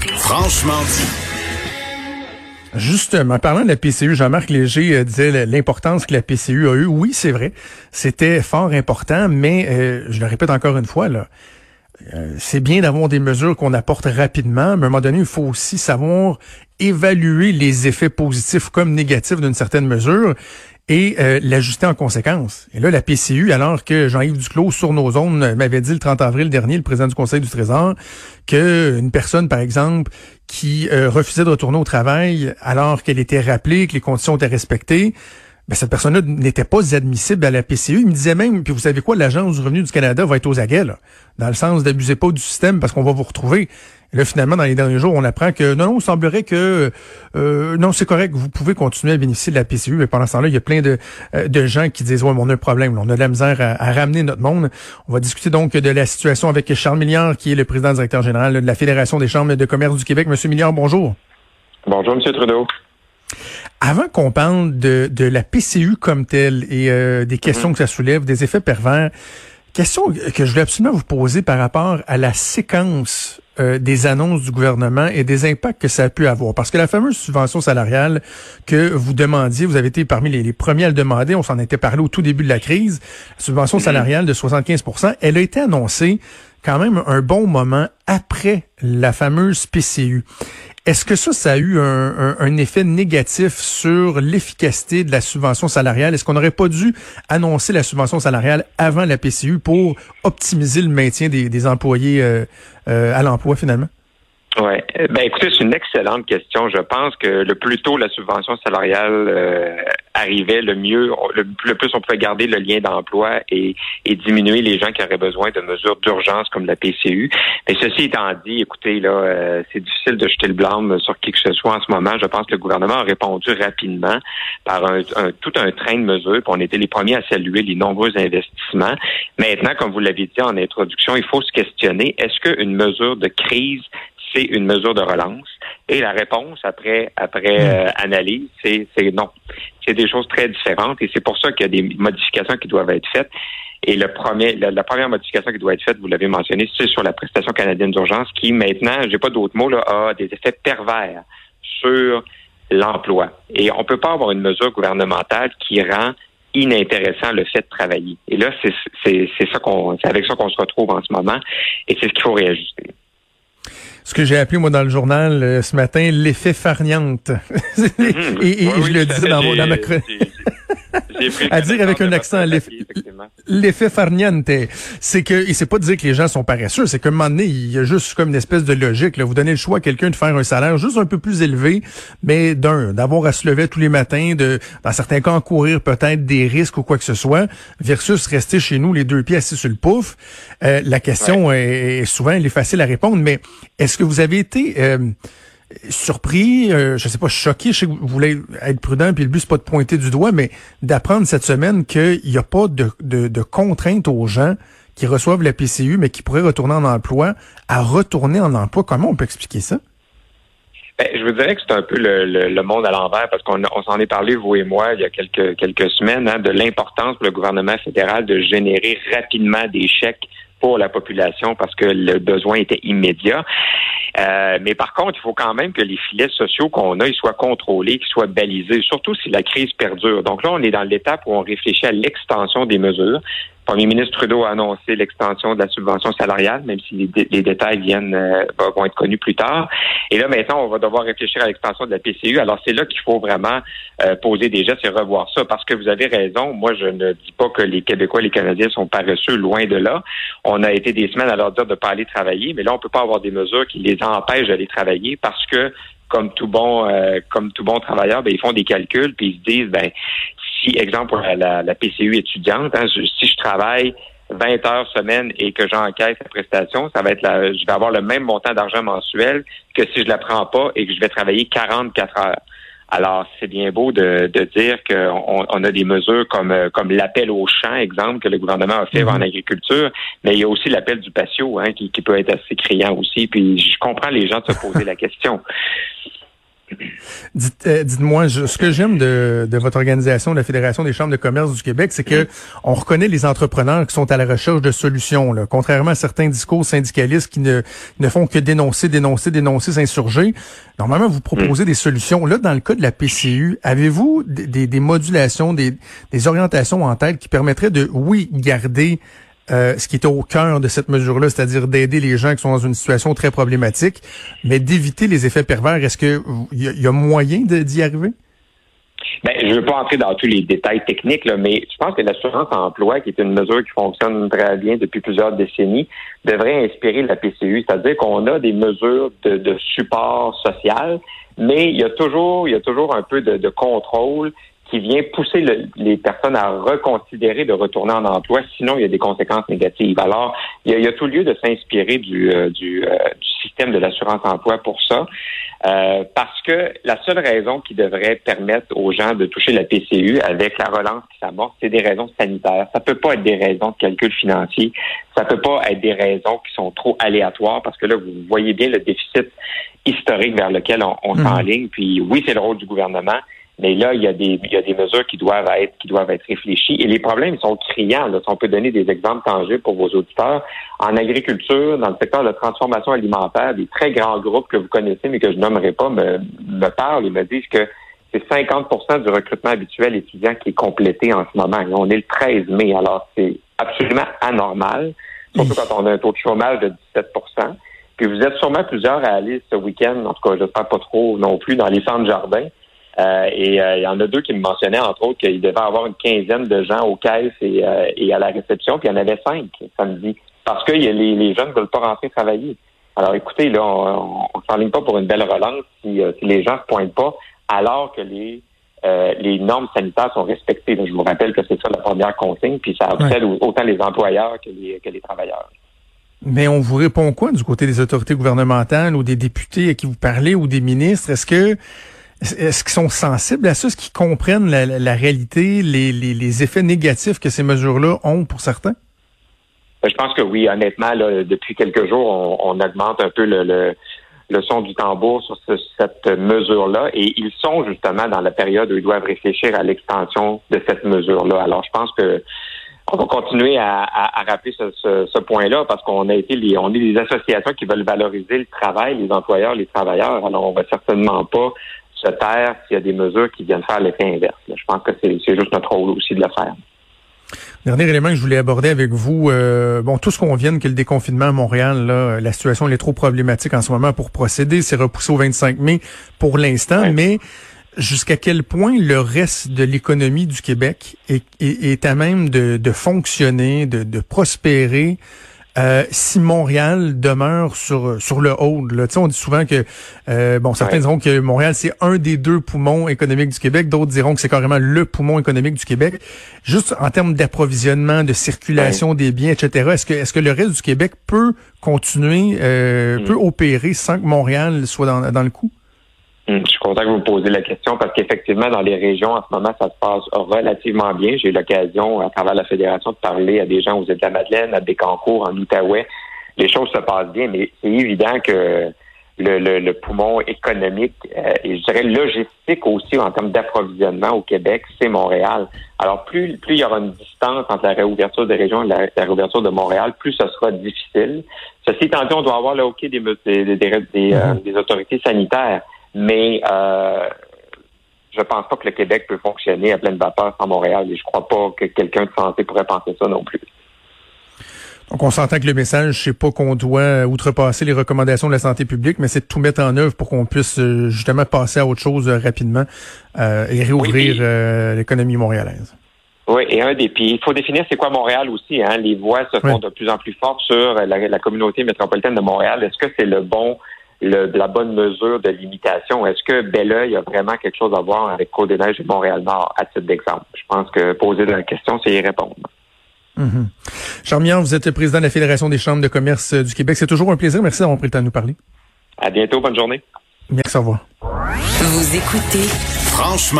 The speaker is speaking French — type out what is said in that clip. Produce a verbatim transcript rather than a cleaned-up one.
Franchement dit. Justement, parlant de la P C U, Jean-Marc Léger euh, disait l'importance que la P C U a eue. Oui, c'est vrai, c'était fort important, mais euh, je le répète encore une fois, là, euh, c'est bien d'avoir des mesures qu'on apporte rapidement, mais à un moment donné, il faut aussi savoir évaluer les effets positifs comme négatifs d'une certaine mesure et euh, l'ajuster en conséquence. Et là, la P C U, alors que Jean-Yves Duclos, sur nos ondes, m'avait dit le trente avril dernier, le président du Conseil du Trésor, qu'une personne, par exemple, qui euh, refusait de retourner au travail alors qu'elle était rappelée, que les conditions étaient respectées, ben cette personne-là n'était pas admissible à la P C U. Il me disait même, puis vous savez quoi, l'Agence du revenu du Canada va être aux aguets, là, dans le sens d'abusez pas du système parce qu'on va vous retrouver. Et là, finalement, dans les derniers jours, on apprend que non, non, il semblerait que euh, non, c'est correct, vous pouvez continuer à bénéficier de la P C U, mais pendant ce temps-là, il y a plein de, euh, de gens qui disent ouais, mais on a un problème, là, on a de la misère à, à ramener notre monde. On va discuter donc de la situation avec Charles Milliard, qui est le président directeur général là, de la Fédération des chambres de commerce du Québec. Monsieur Milliard, bonjour. Bonjour, Monsieur Trudeau. Avant qu'on parle de, de la P C U comme telle et euh, des questions mm-hmm. que ça soulève, des effets pervers, question que je voulais absolument vous poser par rapport à la séquence euh, des annonces du gouvernement et des impacts que ça a pu avoir. Parce que la fameuse subvention salariale que vous demandiez, vous avez été parmi les, les premiers à le demander, on s'en était parlé au tout début de la crise, la subvention mm-hmm. salariale de soixante-quinze pour cent, elle a été annoncée quand même un bon moment après la fameuse P C U. Est-ce que ça, ça a eu un, un, un effet négatif sur l'efficacité de la subvention salariale? Est-ce qu'on n'aurait pas dû annoncer la subvention salariale avant la P C U pour optimiser le maintien des, des employés euh, euh, à l'emploi, finalement? Oui. Ben écoutez, c'est une excellente question. Je pense que le plus tôt la subvention salariale euh, arrivait, le mieux, le, le plus on pouvait garder le lien d'emploi et, et diminuer les gens qui auraient besoin de mesures d'urgence comme la P C U. Mais ceci étant dit, écoutez, là, euh, c'est difficile de jeter le blâme sur qui que ce soit en ce moment. Je pense que le gouvernement a répondu rapidement par un, un, tout un train de mesures. Puis on était les premiers à saluer les nombreux investissements. Maintenant, comme vous l'avez dit en introduction, il faut se questionner, est-ce qu'une mesure de crise c'est une mesure de relance? Et la réponse, après après euh, analyse, c'est, c'est non. C'est des choses très différentes et c'est pour ça qu'il y a des modifications qui doivent être faites. Et le premier, la, la première modification qui doit être faite, vous l'avez mentionné, c'est sur la prestation canadienne d'urgence qui, maintenant, j'ai pas d'autres mots, là, a des effets pervers sur l'emploi. Et on peut pas avoir une mesure gouvernementale qui rend inintéressant le fait de travailler. Et là, c'est, c'est, c'est ça qu'on, c'est avec ça qu'on se retrouve en ce moment et c'est ce qu'il faut réajuster. Ce que j'ai appelé, moi, dans le journal euh, ce matin, l'effet farniente. Mm-hmm. et et oui, je oui, le dis dans, mon, dans ma chronique. À dire avec un accent, l'effet, l'effet farniente, c'est que, et c'est pas de dire que les gens sont paresseux, c'est qu'à un moment donné, il y a juste comme une espèce de logique, là. Vous donnez le choix à quelqu'un de faire un salaire juste un peu plus élevé, mais d'un, d'avoir à se lever tous les matins, de, dans certains cas, encourir peut-être des risques ou quoi que ce soit, versus rester chez nous les deux pieds assis sur le pouf. Euh, la question ouais. est, est souvent, elle est facile à répondre, mais est-ce que vous avez été, euh, surpris, euh, je sais pas, choqué, je sais que vous voulez être prudent, puis le but c'est pas de pointer du doigt, mais d'apprendre cette semaine qu'il n'y a pas de, de, de contrainte aux gens qui reçoivent la P C U, mais qui pourraient retourner en emploi, à retourner en emploi. Comment on peut expliquer ça? Ben, je vous dirais que c'est un peu le, le, le monde à l'envers, parce qu'on on s'en est parlé, vous et moi, il y a quelques quelques semaines, hein, de l'importance pour le gouvernement fédéral de générer rapidement des chèques pour la population parce que le besoin était immédiat. Euh, mais par contre, il faut quand même que les filets sociaux qu'on a, ils soient contrôlés, qu'ils soient balisés, surtout si la crise perdure. Donc là, on est dans l'étape où on réfléchit à l'extension des mesures. Le premier ministre Trudeau a annoncé l'extension de la subvention salariale, même si les, dé- les détails viennent euh, vont être connus plus tard. Et là, maintenant, on va devoir réfléchir à l'extension de la P C U. Alors, c'est là qu'il faut vraiment euh, poser des gestes et revoir ça, parce que vous avez raison. Moi, je ne dis pas que les Québécois et les Canadiens sont paresseux, loin de là. On a été des semaines à leur dire de ne pas aller travailler, mais là, on peut pas avoir des mesures qui les empêchent d'aller travailler parce que, comme tout bon, euh, comme tout bon travailleur, ben, ils font des calculs puis ils se disent, ben, si, exemple, pour la, la, la P C U étudiante, hein, je, si je travaille vingt heures semaine et que j'encaisse la prestation, ça va être la, je vais avoir le même montant d'argent mensuel que si je la prends pas et que je vais travailler quarante-quatre heures. Alors, c'est bien beau de, de dire qu'on on a des mesures comme comme l'appel au champ, exemple, que le gouvernement a fait mm-hmm. en agriculture, mais il y a aussi l'appel du patio, hein, qui, qui peut être assez criant aussi. Puis je comprends les gens de se poser la question. Dites, euh, dites-moi, je, ce que j'aime de, de votre organisation, de la Fédération des chambres de commerce du Québec, c'est que on reconnaît les entrepreneurs qui sont à la recherche de solutions. Là. Contrairement à certains discours syndicalistes qui ne, ne font que dénoncer, dénoncer, dénoncer, s'insurger, normalement, vous proposez des solutions. Là, dans le cas de la P C U, avez-vous des, des, des modulations, des, des orientations en tête qui permettraient de, oui, garder Euh, ce qui était au cœur de cette mesure-là, c'est-à-dire d'aider les gens qui sont dans une situation très problématique, mais d'éviter les effets pervers. Est-ce que il y, y a moyen de, d'y arriver? Ben, je ne veux pas entrer dans tous les détails techniques, là, mais je pense que l'assurance emploi, qui est une mesure qui fonctionne très bien depuis plusieurs décennies, devrait inspirer la P C U. C'est-à-dire qu'on a des mesures de, de support social, mais il y a toujours, il y a toujours un peu de, de contrôle qui vient pousser le, les personnes à reconsidérer de retourner en emploi, sinon il y a des conséquences négatives. Alors, il y a, il y a tout lieu de s'inspirer du, euh, du, euh, du système de l'assurance-emploi pour ça, euh, parce que la seule raison qui devrait permettre aux gens de toucher la P C U avec la relance qui s'amorce, c'est des raisons sanitaires. Ça peut pas être des raisons de calcul financier, ça peut pas être des raisons qui sont trop aléatoires, parce que là, vous voyez bien le déficit historique vers lequel on, on mmh. s'enligne, puis oui, c'est le rôle du gouvernement, mais là, il y a des il y a des mesures qui doivent être qui doivent être réfléchies. Et les problèmes, ils sont criants. Là. Si on peut donner des exemples tangibles pour vos auditeurs. En agriculture, dans le secteur de la transformation alimentaire, des très grands groupes que vous connaissez, mais que je nommerai pas, me, me parlent et me disent que c'est cinquante pour cent du recrutement habituel étudiant qui est complété en ce moment. Et on est le treize mai, alors c'est absolument anormal, surtout quand on a un taux de chômage de dix-sept pour cent. Puis vous êtes sûrement plusieurs à aller ce week-end, en tout cas, j'espère pas trop non plus, dans les centres jardins. Euh, et euh, il y en a deux qui me mentionnaient, entre autres, qu'il devait avoir une quinzaine de gens aux caisses et, euh, et à la réception, puis il y en avait cinq samedi. Parce que y a les, les jeunes ne veulent pas rentrer travailler. Alors écoutez, là, on ne s'enligne pas pour une belle relance si, euh, si les gens ne se pointent pas, alors que les euh, les normes sanitaires sont respectées. Donc, je vous rappelle que c'est ça la première consigne, puis ça obsède ouais. autant les employeurs que les, que les travailleurs. Mais on vous répond quoi du côté des autorités gouvernementales ou des députés à qui vous parlez ou des ministres? Est-ce que Est-ce qu'ils sont sensibles à ça? Est-ce qu'ils comprennent la, la, la réalité, les, les, les effets négatifs que ces mesures-là ont pour certains? Je pense que oui, honnêtement, là, depuis quelques jours, on, on augmente un peu le, le, le son du tambour sur ce, cette mesure-là. Et ils sont justement dans la période où ils doivent réfléchir à l'extension de cette mesure-là. Alors, je pense que on va continuer à, à, à rappeler ce, ce, ce point-là parce qu'on a été les, on est des associations qui veulent valoriser le travail, les employeurs, les travailleurs. Alors, on va certainement pas se taire s'il y a des mesures qui viennent faire l'effet inverse. Je pense que c'est, c'est juste notre rôle aussi de le faire. Dernier élément que je voulais aborder avec vous, euh, bon, tout ce qu'on vient que le déconfinement à Montréal, là, la situation elle est trop problématique en ce moment pour procéder. C'est repoussé au vingt-cinq mai pour l'instant, ouais. mais jusqu'à quel point le reste de l'économie du Québec est, est, est à même de, de fonctionner, de, de prospérer, Euh, si Montréal demeure sur sur le hold, là, tu sais, on dit souvent que euh, bon, certains ouais. diront que Montréal c'est un des deux poumons économiques du Québec, d'autres diront que c'est carrément le poumon économique du Québec. Juste en termes d'approvisionnement, de circulation ouais. des biens, et cetera. Est-ce que est-ce que le reste du Québec peut continuer, euh, mm. peut opérer sans que Montréal soit dans dans le coup? Je suis content que vous me posiez la question parce qu'effectivement, dans les régions, en ce moment, ça se passe relativement bien. J'ai eu l'occasion, à travers la Fédération, de parler à des gens aux Îles-de-la-Madeleine, à Bécancour, en Outaouais. Les choses se passent bien, mais c'est évident que le, le, le poumon économique euh, et je dirais logistique aussi en termes d'approvisionnement au Québec, c'est Montréal. Alors, plus plus il y aura une distance entre la réouverture des régions et la, la réouverture de Montréal, plus ce sera difficile. Ceci étant dit, on doit avoir le hockey des, des, des, des, des, euh, des autorités sanitaires. Mais euh, je pense pas que le Québec peut fonctionner à pleine vapeur sans Montréal et je crois pas que quelqu'un de santé pourrait penser ça non plus. Donc, on s'entend que le message, c'est pas qu'on doit outrepasser les recommandations de la santé publique, mais c'est de tout mettre en œuvre pour qu'on puisse euh, justement passer à autre chose euh, rapidement euh, et réouvrir oui, euh, l'économie montréalaise. Oui, et un des puis il faut définir c'est quoi Montréal aussi. Hein. Les voix se font oui. de plus en plus fortes sur la, la communauté métropolitaine de Montréal. Est-ce que c'est le bon Le, de la bonne mesure de limitation. Est-ce que Belleuil a vraiment quelque chose à voir avec Côte-des-Neiges et Montréal-Nord, à titre d'exemple? Je pense que poser la question, c'est y répondre. Mm-hmm. Charles Mian, vous êtes le président de la Fédération des chambres de commerce du Québec. C'est toujours un plaisir. Merci d'avoir pris le temps de nous parler. À bientôt. Bonne journée. Merci. Au revoir. Vous écoutez Franchement.